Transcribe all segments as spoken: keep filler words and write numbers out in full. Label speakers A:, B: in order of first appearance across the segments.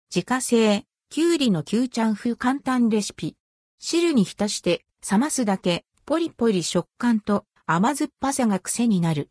A: 自家製、きゅうりのキューチャン風簡単レシピ。汁に浸して冷ますだけ、ポリポリ食感と甘酸っぱさが癖になる。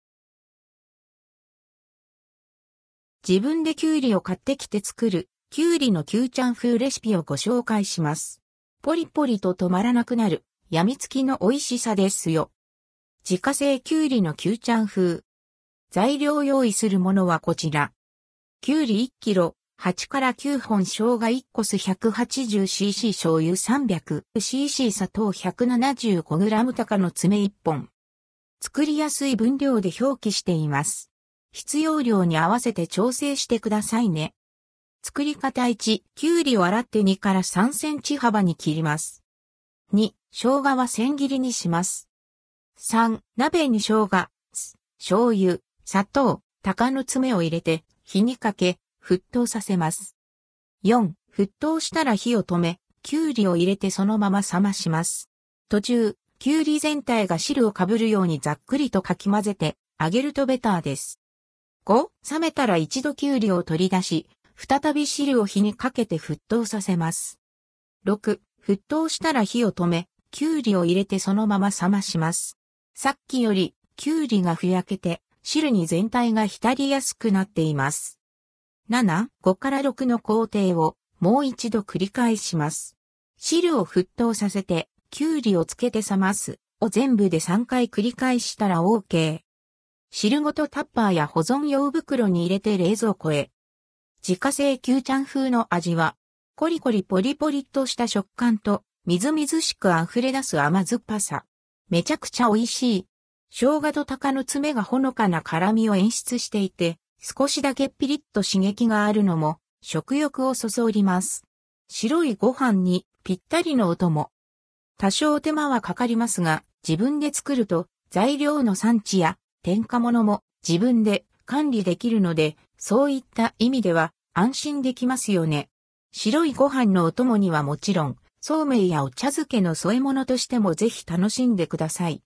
A: 自分できゅうりを買ってきて作る、きゅうりのキューチャン風レシピをご紹介します。ポリポリと止まらなくなる、やみつきの美味しさですよ。自家製きゅうりのキューチャン風。材料用意するものはこちら。きゅうりいちキロ、はちからきゅうほん生姜いっこす ひゃくはちじゅうシーシー 醤油 さんびゃくシーシー 砂糖 ひゃくななじゅうごグラム 鷹の爪いっぽん。作りやすい分量で表記しています。必要量に合わせて調整してくださいね。作り方いち、きゅうりを洗ってにからさんセンチ幅に切ります。に、生姜は千切りにします。さん、鍋に生姜、酢、醤油、砂糖、鷹の爪を入れて火にかけ沸騰させます。よん、沸騰したら火を止め、きゅうりを入れてそのまま冷まします。途中、きゅうり全体が汁をかぶるようにざっくりとかき混ぜて揚げるとベターです。ご、冷めたら一度きゅうりを取り出し、再び汁を火にかけて沸騰させます。ろく、沸騰したら火を止め、きゅうりを入れてそのまま冷まします。さっきよりきゅうりがふやけて汁に全体が浸りやすくなっています。なな、ごからろくの工程をもう一度繰り返します。汁を沸騰させてきゅうりをつけて冷ますを全部でさんかい繰り返したら OK。汁ごとタッパーや保存用袋に入れて冷蔵庫へ。自家製キューチャン風の味は、コリコリポリポリっとした食感と、みずみずしく溢れ出す甘酸っぱさ。めちゃくちゃ美味しい。生姜と鷹の爪がほのかな辛みを演出していて、少しだけピリッと刺激があるのも、食欲をそそります。白いご飯にぴったりのお供。多少手間はかかりますが、自分で作ると、材料の産地や添加物も自分で管理できるので、そういった意味では安心できますよね。白いご飯のお供にはもちろん、そうめんやお茶漬けの添え物としてもぜひ楽しんでください。